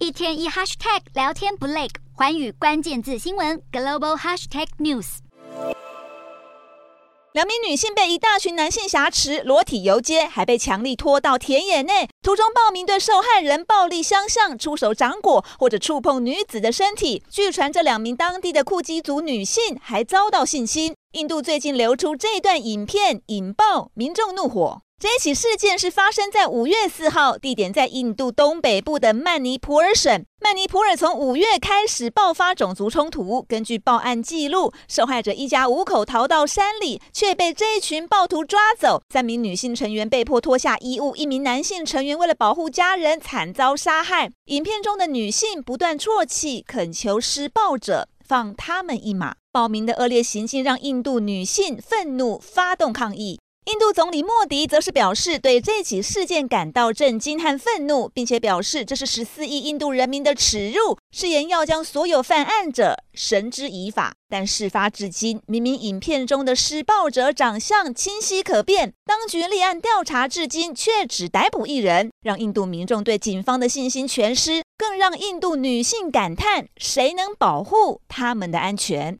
一天一 hashtag 聊天不累，寰宇关键字新闻 global hashtag news。 2名女性被一大群男性挟持，裸体游街，还被强力拖到田野内，途中暴民对受害人暴力相向，出手掌掴或者触碰女子的身体。据传这2名当地的库基族女性还遭到性侵。印度最近流出这段影片，引爆民众怒火。这起事件是发生在5月4号，地点在印度东北部的曼尼普尔省。曼尼普尔从5月开始爆发种族冲突，根据报案记录，受害者一家5口逃到山里，却被这一群暴徒抓走。3名女性成员被迫脱下衣物，1名男性成员为了保护家人惨遭杀害。影片中的女性不断啜泣，恳求施暴者放他们一马。暴民的恶劣行径让印度女性愤怒，发动抗议。印度总理莫迪则是表示对这起事件感到震惊和愤怒，并且表示这是14亿印度人民的耻辱，誓言要将所有犯案者绳之以法。但事发至今，明明影片中的施暴者长相清晰可辨，当局立案调查至今却只逮捕1人，让印度民众对警方的信心全失，更让印度女性感叹：谁能保护他们的安全？